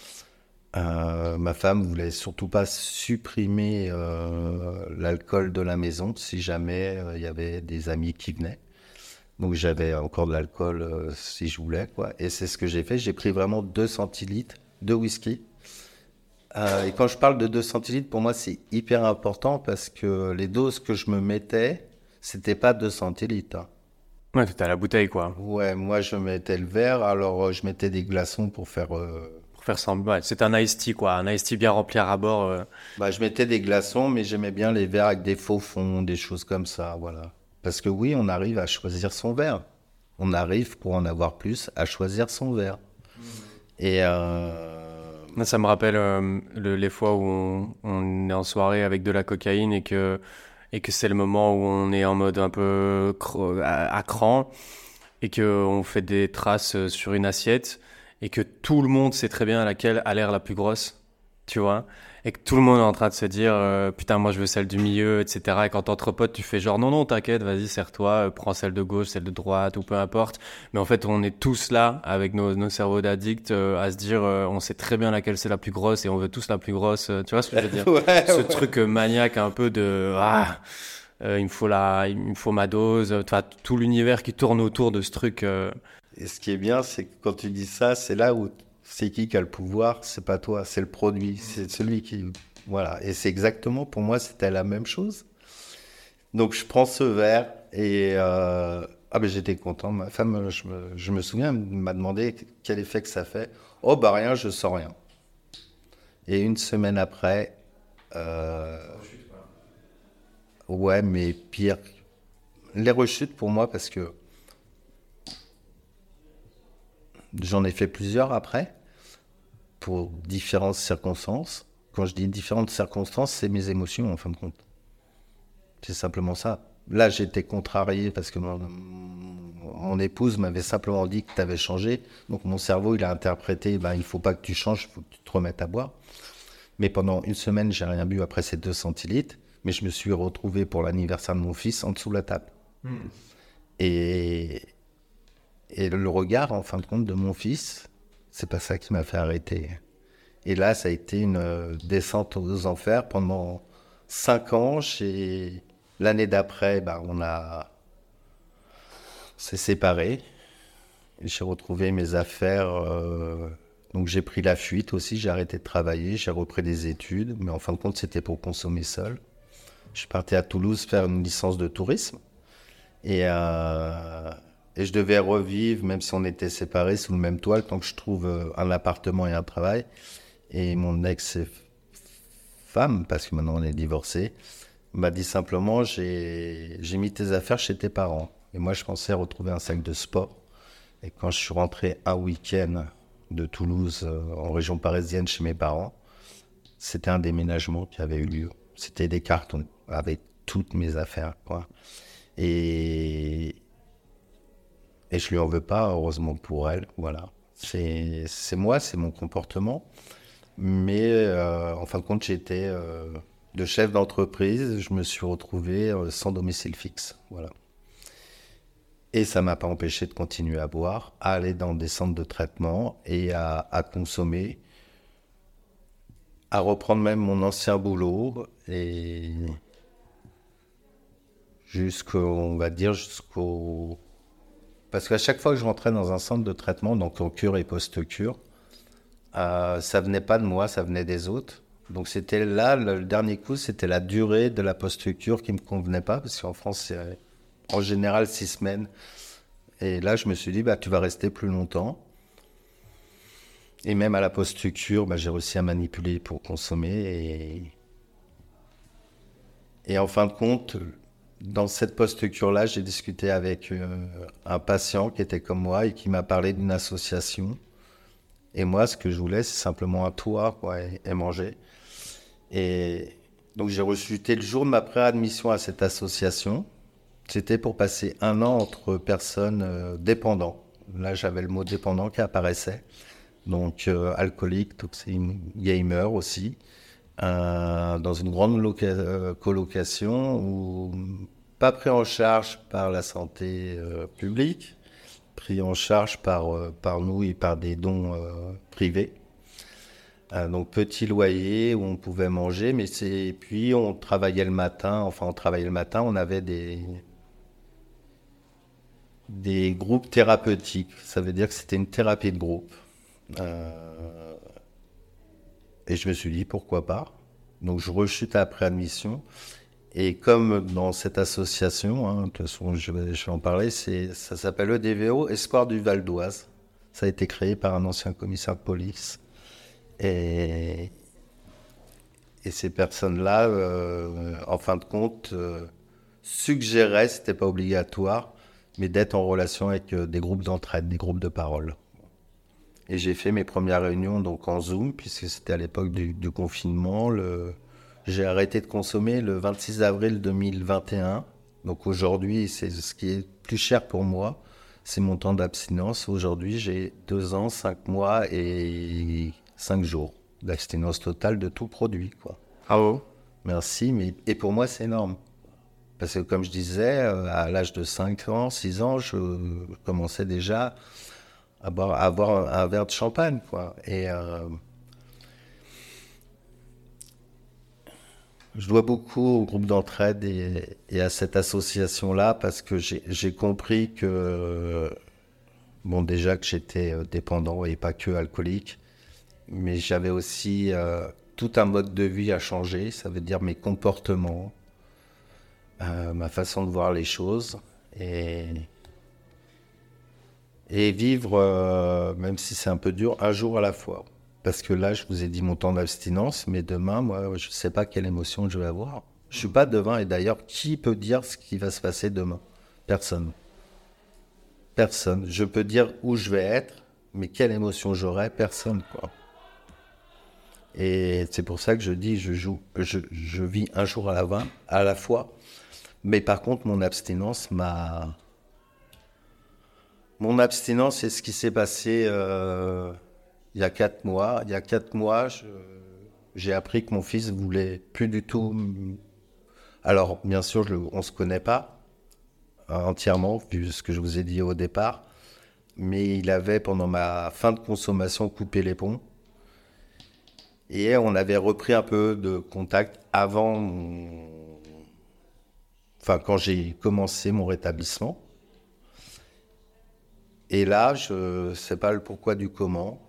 B: ma femme voulait surtout pas supprimer l'alcool de la maison si jamais il y avait des amis qui venaient. Donc j'avais encore de l'alcool si je voulais, quoi. Et c'est ce que j'ai fait. J'ai pris vraiment 2 centilitres de whisky. Et quand je parle de 2 centilitres, pour moi, c'est hyper important parce que les doses que je me mettais, c'était pas 2 centilitres. Hein.
A: Ouais, t'étais à la bouteille, quoi.
B: Ouais, moi, je mettais le verre, alors je mettais des glaçons pour faire...
A: Pour faire semblant, ouais, c'était un iced tea, quoi. Un iced tea bien rempli à ras-bord.
B: Bah, je mettais des glaçons, mais j'aimais bien les verres avec des faux fonds, des choses comme ça, voilà. Parce que oui, on arrive à choisir son verre. On arrive, pour en avoir plus, à choisir son verre. Et...
A: Ça me rappelle les fois où on est en soirée avec de la cocaïne et que c'est le moment où on est en mode un peu à cran et qu'on fait des traces sur une assiette et que tout le monde sait très bien laquelle a l'air la plus grosse, tu vois, et que tout le monde est en train de se dire putain, moi je veux celle du milieu, etc. Et quand t'entre potes, tu fais genre non, t'inquiète, vas-y, serre-toi, prends celle de gauche, celle de droite ou peu importe. Mais en fait, on est tous là avec nos cerveaux d'addicts à se dire on sait très bien laquelle c'est la plus grosse et on veut tous la plus grosse. Tu vois ce que je veux dire?
B: ouais,
A: Ce truc maniaque un peu de
C: il me faut ma dose, enfin, tout l'univers qui tourne autour de ce truc.
B: Et ce qui est bien, c'est que quand tu dis ça, c'est là où c'est qui a le pouvoir, c'est pas toi, c'est le produit, c'est celui qui... Voilà, et c'est exactement, pour moi, c'était la même chose. Donc je prends ce verre et ah ben j'étais content. Ma femme, je me souviens, elle m'a demandé quel effet que ça fait. Oh bah rien, je sens rien. Et une semaine après, euh, ouais, mais pire, les rechutes pour moi parce que j'en ai fait plusieurs après pour différentes circonstances. Quand je dis différentes circonstances, c'est mes émotions en fin de compte. C'est simplement ça. Là, j'étais contrarié parce que mon épouse m'avait simplement dit que tu avais changé. Donc mon cerveau, il a interprété, ben, il ne faut pas que tu changes, il faut que tu te remettes à boire. Mais pendant une semaine, j'ai rien bu après ces 2 centilitres. Mais je me suis retrouvé pour l'anniversaire de mon fils en dessous de la table. Et, et le regard, en fin de compte, de mon fils, c'est pas ça qui m'a fait arrêter. Et là, ça a été une descente aux enfers pendant 5 ans. L'année d'après, ben, s'est séparés. J'ai retrouvé mes affaires. Donc j'ai pris la fuite aussi. J'ai arrêté de travailler. J'ai repris des études. Mais en fin de compte, c'était pour consommer seul. Je suis parti à Toulouse faire une licence de tourisme. Et, euh, et je devais revivre, même si on était séparés, sous le même toit, le temps que je trouve un appartement et un travail. Et mon ex-femme, parce que maintenant on est divorcés, m'a dit simplement, j'ai mis tes affaires chez tes parents. Et moi, je pensais retrouver un sac de sport. Et quand je suis rentré un week-end de Toulouse, en région parisienne, chez mes parents, c'était un déménagement qui avait eu lieu. C'était des cartons avec toutes mes affaires, quoi. Et, et je lui en veux pas, heureusement pour elle, voilà. C'est moi, c'est mon comportement. Mais en fin de compte, j'étais de chef d'entreprise. Je me suis retrouvé sans domicile fixe. Voilà. Et ça ne m'a pas empêché de continuer à boire, à aller dans des centres de traitement et à consommer, à reprendre même mon ancien boulot. Et on va dire, jusqu'au... Parce qu'à chaque fois que je rentrais dans un centre de traitement, donc en cure et post-cure, ça venait pas de moi, ça venait des autres. Donc c'était là, le dernier coup, c'était la durée de la post-cure qui me convenait pas, parce qu'en France, c'est en général 6 semaines. Et là, je me suis dit, bah, tu vas rester plus longtemps. Et même à la post-cure, bah, j'ai réussi à manipuler pour consommer. Et en fin de compte, dans cette post-cure-là, j'ai discuté avec un patient qui était comme moi et qui m'a parlé d'une association. Et moi, ce que je voulais, c'est simplement un toit, quoi, et manger. Et donc, j'ai reçu le jour de ma préadmission à cette association. C'était pour passer 1 an entre personnes dépendants. Là, j'avais le mot dépendant qui apparaissait. Donc, alcoolique, toxique, gamer aussi. Dans une grande colocation où pas pris en charge par la santé publique, pris en charge par nous et par des dons privés. Donc petit loyer où on pouvait manger, mais puis on travaillait le matin. Enfin, on travaillait le matin. On avait des groupes thérapeutiques. Ça veut dire que c'était une thérapie de groupe. Et je me suis dit pourquoi pas. Donc je rechute après admission. Et comme dans cette association, hein, de toute façon je vais en parler, ça s'appelle EDVO, Espoir du Val d'Oise. Ça a été créé par un ancien commissaire de police. Et ces personnes-là, en fin de compte, suggéraient, c'était pas obligatoire, mais d'être en relation avec des groupes d'entraide, des groupes de parole. Et j'ai fait mes premières réunions donc en Zoom, puisque c'était à l'époque du confinement. J'ai arrêté de consommer le 26 avril 2021. Donc aujourd'hui, c'est ce qui est plus cher pour moi, c'est mon temps d'abstinence. Aujourd'hui, j'ai 2 ans, 5 mois et 5 jours d'abstinence totale de tout produit, quoi.
C: Bravo.
B: Merci, et pour moi, c'est énorme. Parce que comme je disais, à l'âge de 5 ans, 6 ans, je commençais déjà à boire un verre de champagne, quoi. Je dois beaucoup au groupe d'entraide et à cette association-là parce que j'ai compris que, bon, déjà que j'étais dépendant et pas que alcoolique, mais j'avais aussi tout un mode de vie à changer. Ça veut dire mes comportements, ma façon de voir les choses et, et vivre, même si c'est un peu dur, un jour à la fois. Parce que là, je vous ai dit mon temps d'abstinence, mais demain, moi, je ne sais pas quelle émotion je vais avoir. Je ne suis pas devin, et d'ailleurs, qui peut dire ce qui va se passer demain? Personne. Personne. Je peux dire où je vais être, mais quelle émotion j'aurai? Personne, quoi. Et c'est pour ça que je dis, je vis un jour à la fois. Mais par contre, mon abstinence, c'est ce qui s'est passé il y a 4 mois. Il y a 4 mois, j'ai appris que mon fils voulait plus du tout. Alors, bien sûr, on ne se connaît pas entièrement, vu ce que je vous ai dit au départ. Mais il avait, pendant ma fin de consommation, coupé les ponts. Et on avait repris un peu de contact enfin, quand j'ai commencé mon rétablissement. Et là, je ne sais pas le pourquoi du comment.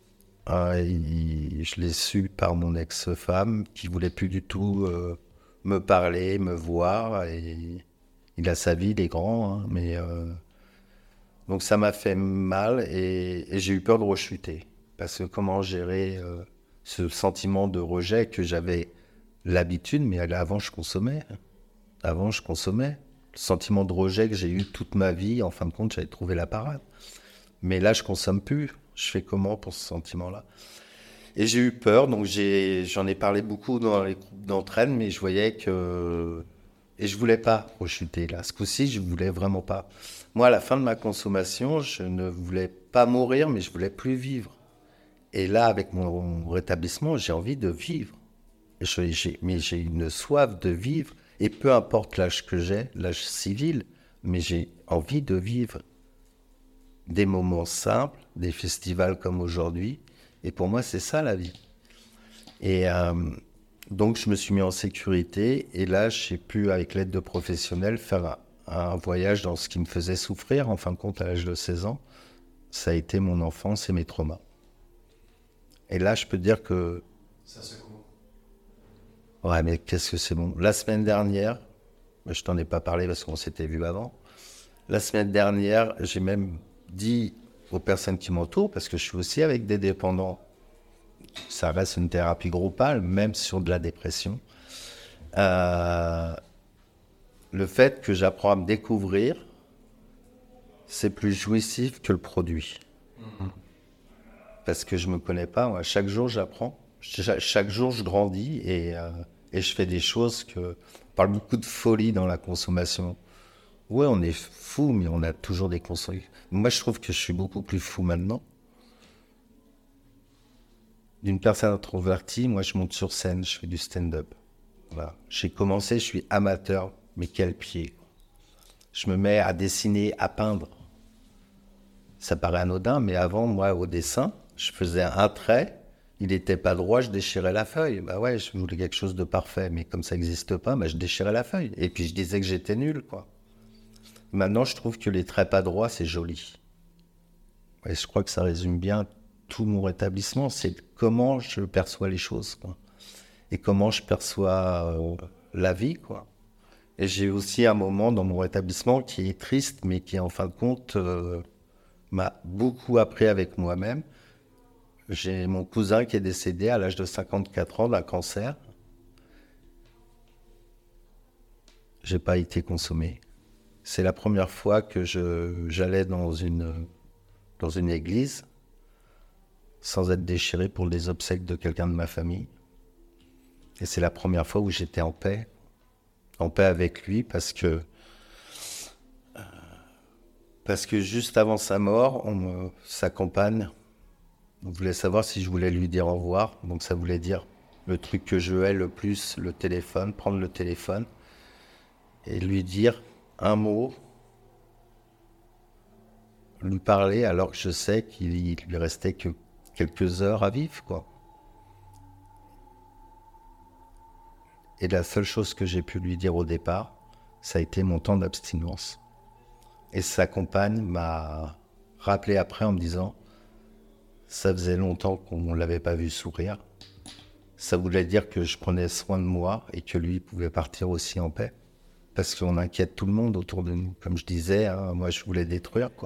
B: Je l'ai su par mon ex-femme qui voulait plus du tout me parler, me voir. Et il a sa vie, il est grand, hein, mais donc ça m'a fait mal et j'ai eu peur de rechuter. Parce que comment gérer ce sentiment de rejet que j'avais l'habitude, mais avant je consommais. Avant je consommais. Le sentiment de rejet que j'ai eu toute ma vie, en fin de compte, j'avais trouvé la parade. Mais là, je consomme plus. Je fais comment pour ce sentiment-là? Et j'ai eu peur, donc j'en ai parlé beaucoup dans les groupes d'entraide, mais je voyais que... Et je voulais pas rechuter, là. Ce coup-ci, je voulais vraiment pas. Moi, à la fin de ma consommation, je ne voulais pas mourir, mais je voulais plus vivre. Et là, avec mon rétablissement, j'ai envie de vivre. Mais j'ai une soif de vivre, et peu importe l'âge que j'ai, l'âge civil, mais j'ai envie de vivre des moments simples, des festivals comme aujourd'hui. Et pour moi, c'est ça la vie. Et donc, je me suis mis en sécurité. Et là, j'ai pu, avec l'aide de professionnels, faire un voyage dans ce qui me faisait souffrir. En fin de compte, à l'âge de 16 ans, ça a été mon enfance et mes traumas. Et là, je peux dire que...
A: Ça se comment?
B: Ouais, mais qu'est-ce que c'est bon. La semaine dernière, je t'en ai pas parlé parce qu'on s'était vu avant. La semaine dernière, j'ai même dit aux personnes qui m'entourent, parce que je suis aussi avec des dépendants, ça reste une thérapie groupale, même sur de la dépression. Le fait que j'apprends à me découvrir, c'est plus jouissif que le produit. Parce que je me connais pas, moi. Chaque jour j'apprends, chaque jour je grandis et je fais des choses que... On parle beaucoup de folie dans la consommation. Ouais, on est fou, mais on a toujours des consommations. Moi, je trouve que je suis beaucoup plus fou maintenant. D'une personne introvertie, moi, je monte sur scène, je fais du stand-up. Voilà. J'ai commencé, je suis amateur, mais quel pied. Je me mets à dessiner, à peindre. Ça paraît anodin, mais avant, moi, au dessin, je faisais un trait, il n'était pas droit, je déchirais la feuille. Bah ouais, je voulais quelque chose de parfait, mais comme ça n'existe pas, bah, je déchirais la feuille. Et puis je disais que j'étais nul, quoi. Maintenant, je trouve que les traits pas droits, c'est joli. Et je crois que ça résume bien tout mon rétablissement. C'est comment je perçois les choses, quoi. Et comment je perçois la vie, quoi. Et j'ai aussi un moment dans mon rétablissement qui est triste, mais qui, en fin de compte, m'a beaucoup appris avec moi-même. J'ai mon cousin qui est décédé à l'âge de 54 ans d'un cancer. J'ai pas été consommé. C'est la première fois que j'allais dans une église sans être déchiré pour les obsèques de quelqu'un de ma famille. Et c'est la première fois où j'étais en paix avec lui parce que juste avant sa mort, sa compagne, on voulait savoir si je voulais lui dire au revoir. Donc ça voulait dire le truc que je hais le plus, le téléphone, prendre le téléphone et lui dire un mot, lui parler alors que je sais qu'il lui restait que quelques heures à vivre, quoi. Et la seule chose que j'ai pu lui dire au départ, ça a été mon temps d'abstinence. Et sa compagne m'a rappelé après en me disant « Ça faisait longtemps qu'on ne l'avait pas vu sourire. Ça voulait dire que je prenais soin de moi et que lui pouvait partir aussi en paix. Parce qu'on inquiète tout le monde autour de nous. Comme je disais, hein, moi je voulais détruire, quoi. »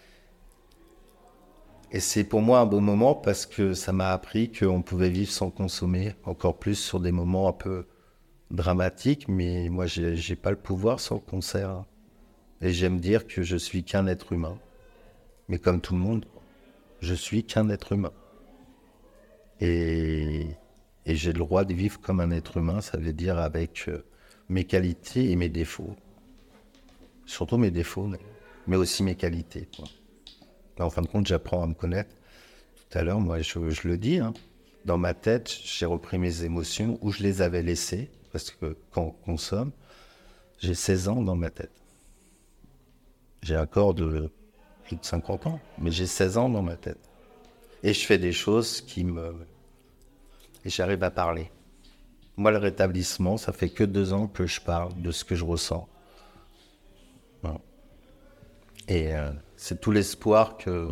B: Et c'est pour moi un beau moment parce que ça m'a appris qu'on pouvait vivre sans consommer, encore plus sur des moments un peu dramatiques, mais moi j'ai pas le pouvoir sur le concert. Et j'aime dire que je suis qu'un être humain. Mais comme tout le monde, je suis qu'un être humain. Et j'ai le droit de vivre comme un être humain, ça veut dire avec mes qualités et mes défauts. Surtout mes défauts, mais aussi mes qualités, quoi. En fin de compte, j'apprends à me connaître. Tout à l'heure, moi, je le dis, hein, dans ma tête, j'ai repris mes émotions où je les avais laissées, parce que quand on consomme, j'ai 16 ans dans ma tête. J'ai un corps de plus de 50 ans, mais j'ai 16 ans dans ma tête. Et je fais des choses et j'arrive à parler. Moi, le rétablissement, ça fait que 2 ans que je parle de ce que je ressens. Voilà. Et c'est tout l'espoir que...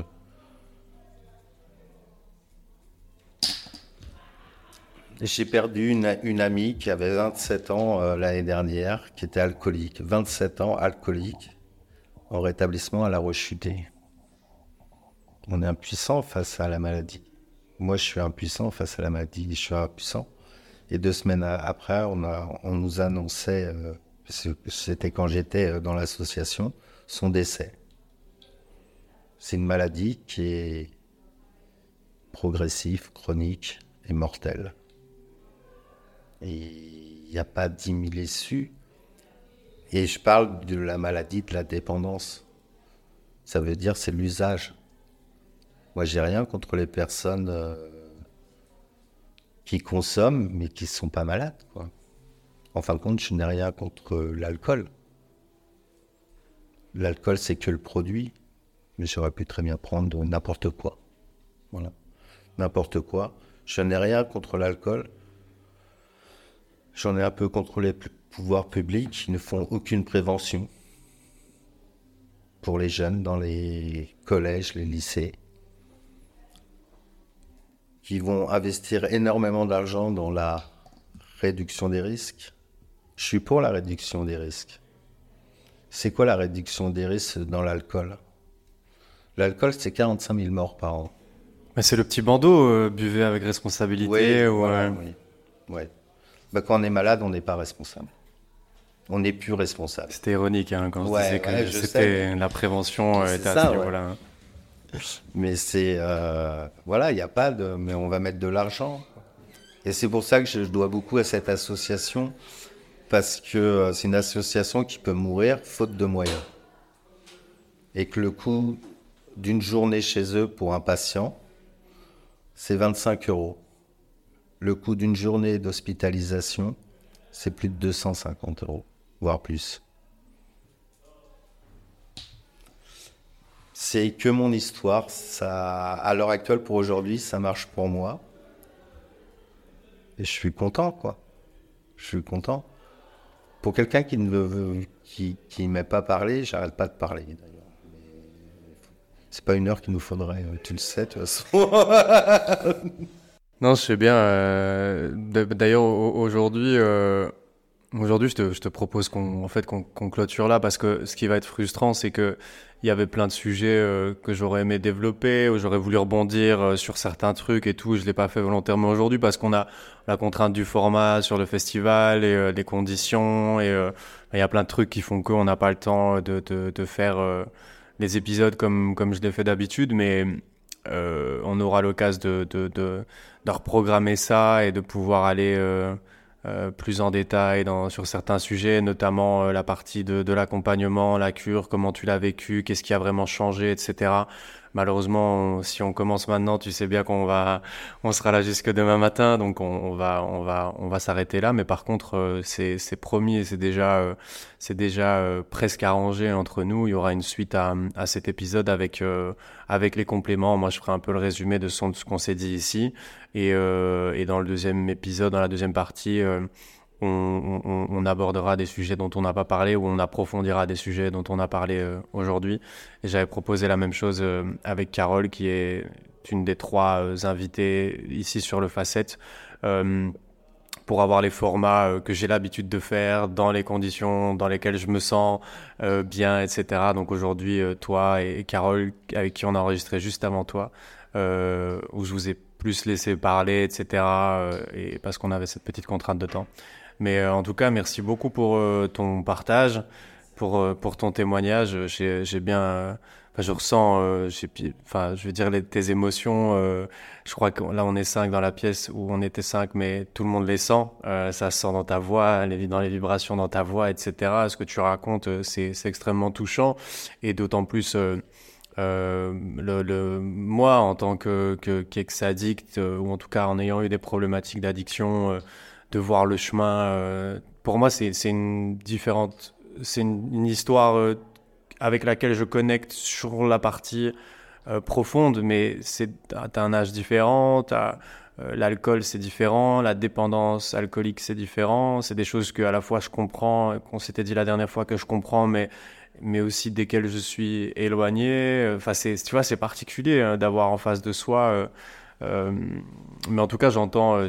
B: J'ai perdu une amie qui avait 27 ans l'année dernière, qui était alcoolique. 27 ans, alcoolique. En rétablissement, elle a rechuté. On est impuissant face à la maladie. Moi, je suis impuissant face à la maladie. Je suis impuissant. Et 2 semaines après, on nous annonçait, c'était quand j'étais dans l'association, son décès. C'est une maladie qui est progressive, chronique et mortelle. Et il n'y a pas 10 000 issues. Et je parle de la maladie de la dépendance. Ça veut dire c'est l'usage. Moi, j'ai rien contre les personnes qui consomment, mais qui ne sont pas malades, quoi. En fin de compte, je n'ai rien contre l'alcool. L'alcool, c'est que le produit. Mais j'aurais pu très bien prendre n'importe quoi. Voilà. N'importe quoi. Je n'ai rien contre l'alcool. J'en ai un peu contre les pouvoirs publics qui ne font aucune prévention pour les jeunes dans les collèges, les lycées, qui vont investir énormément d'argent dans la réduction des risques. Je suis pour la réduction des risques. C'est quoi la réduction des risques dans l'alcool ? L'alcool, c'est 45 000 morts par an.
C: Mais c'est le petit bandeau, buvez avec responsabilité.
B: Oui, voilà, oui. Ouais. Bah, quand on est malade, on n'est pas responsable. On n'est plus responsable.
C: C'était ironique hein, quand je disais que c'était la prévention était à ce niveau-là. Ouais.
B: Mais c'est... voilà, il n'y a pas de... Mais on va mettre de l'argent. Et c'est pour ça que je dois beaucoup à cette association, parce que c'est une association qui peut mourir faute de moyens. Et que le coût d'une journée chez eux pour un patient, c'est 25 €. Le coût d'une journée d'hospitalisation, c'est plus de 250 €, voire plus. C'est que mon histoire. Ça, à l'heure actuelle, pour aujourd'hui, ça marche pour moi. Et je suis content, quoi. Je suis content. Pour quelqu'un qui ne m'ait pas parlé, j'arrête pas de parler, d'ailleurs. C'est pas 1 heure qu'il nous faudrait, tu le sais, de toute façon.
C: Non, je sais bien. D'ailleurs, aujourd'hui, je te propose qu'on clôture là, parce que ce qui va être frustrant, c'est que il y avait plein de sujets que j'aurais aimé développer, où j'aurais voulu rebondir sur certains trucs et tout. Je l'ai pas fait volontairement aujourd'hui parce qu'on a la contrainte du format sur le festival et des conditions, et il y a plein de trucs qui font qu'on n'a pas le temps de faire les épisodes comme je l'ai fait d'habitude, mais on aura l'occasion de reprogrammer ça et de pouvoir aller plus en détail sur certains sujets, notamment la partie de l'accompagnement, la cure, comment tu l'as vécu, qu'est-ce qui a vraiment changé, etc. Malheureusement, si on commence maintenant, tu sais bien on sera là jusque demain matin, donc on va s'arrêter là. Mais par contre, c'est promis et c'est déjà presque arrangé entre nous. Il y aura une suite à cet épisode avec les compléments. Moi, je ferai un peu le résumé de ce qu'on s'est dit ici, et dans le deuxième épisode, dans la deuxième partie, on abordera des sujets dont on n'a pas parlé ou on approfondira des sujets dont on a parlé aujourd'hui. Et j'avais proposé la même chose avec Carole, qui est une des 3 invitées ici sur le Facette, pour avoir les formats que j'ai l'habitude de faire dans les conditions dans lesquelles je me sens bien, etc. Donc aujourd'hui, toi et Carole, avec qui on a enregistré juste avant toi, où je vous ai plus laissé parler, etc. Et parce qu'on avait cette petite contrainte de temps. Mais en tout cas, merci beaucoup pour ton partage, pour ton témoignage. J'ai bien... je ressens, je veux dire, tes émotions. Je crois que là, on est 5 dans la pièce où on était 5, mais tout le monde les sent. Ça se sent dans ta voix, dans les vibrations dans ta voix, etc. Ce que tu racontes, c'est extrêmement touchant. Et d'autant plus... moi, en tant qu'ex-addict, ou en tout cas en ayant eu des problématiques d'addiction, de voir le chemin, pour moi, c'est une histoire avec laquelle je connecte sur la partie profonde, mais t'as un âge différent, l'alcool c'est différent, la dépendance alcoolique c'est différent, c'est des choses que à la fois je comprends, qu'on s'était dit la dernière fois que je comprends, mais aussi desquelles je suis éloigné. Enfin, tu vois, c'est particulier d'avoir en face de soi. Mais en tout cas, j'entends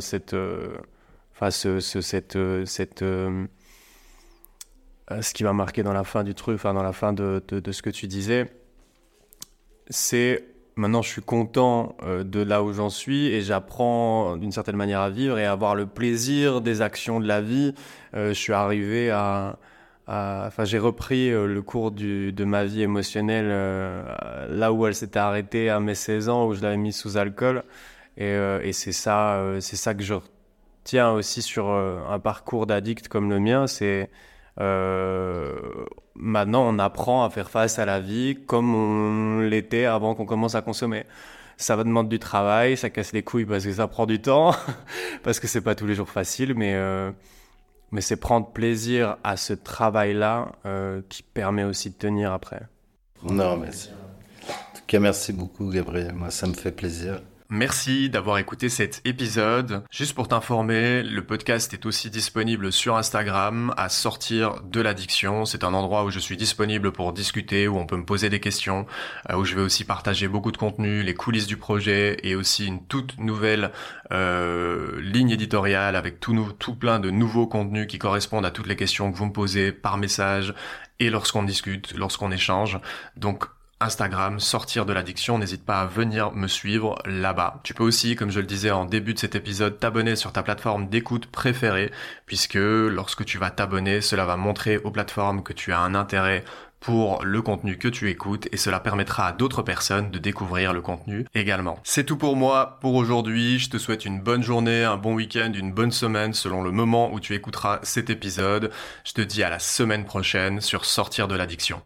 C: ce qui m'a marqué dans la fin du truc, enfin dans la fin de ce que tu disais, c'est maintenant je suis content de là où j'en suis et j'apprends d'une certaine manière à vivre et à avoir le plaisir des actions de la vie. Je suis arrivé j'ai repris le cours de ma vie émotionnelle là où elle s'était arrêtée à mes 16 ans, où je l'avais mise sous alcool. Et c'est ça que je retiens aussi sur un parcours d'addict comme le mien. C'est maintenant on apprend à faire face à la vie comme on l'était avant qu'on commence à consommer. Ça va demander du travail, ça casse les couilles parce que ça prend du temps, parce que c'est pas tous les jours facile, mais c'est prendre plaisir à ce travail-là qui permet aussi de tenir après.
B: Non, merci. En tout cas, merci beaucoup, Gabriel. Moi, ça me fait plaisir.
A: Merci d'avoir écouté cet épisode. Juste pour t'informer, le podcast est aussi disponible sur Instagram, à sortir de l'addiction. C'est un endroit où je suis disponible pour discuter, où on peut me poser des questions, où je vais aussi partager beaucoup de contenu, les coulisses du projet et aussi une toute nouvelle ligne éditoriale avec tout plein de nouveaux contenus qui correspondent à toutes les questions que vous me posez par message et lorsqu'on discute, lorsqu'on échange. Donc, Instagram, sortir de l'addiction, n'hésite pas à venir me suivre là-bas. Tu peux aussi, comme je le disais en début de cet épisode, t'abonner sur ta plateforme d'écoute préférée, puisque lorsque tu vas t'abonner, cela va montrer aux plateformes que tu as un intérêt pour le contenu que tu écoutes et cela permettra à d'autres personnes de découvrir le contenu également. C'est tout pour moi pour aujourd'hui. Je te souhaite une bonne journée, un bon week-end, une bonne semaine selon le moment où tu écouteras cet épisode. Je te dis à la semaine prochaine sur Sortir de l'addiction.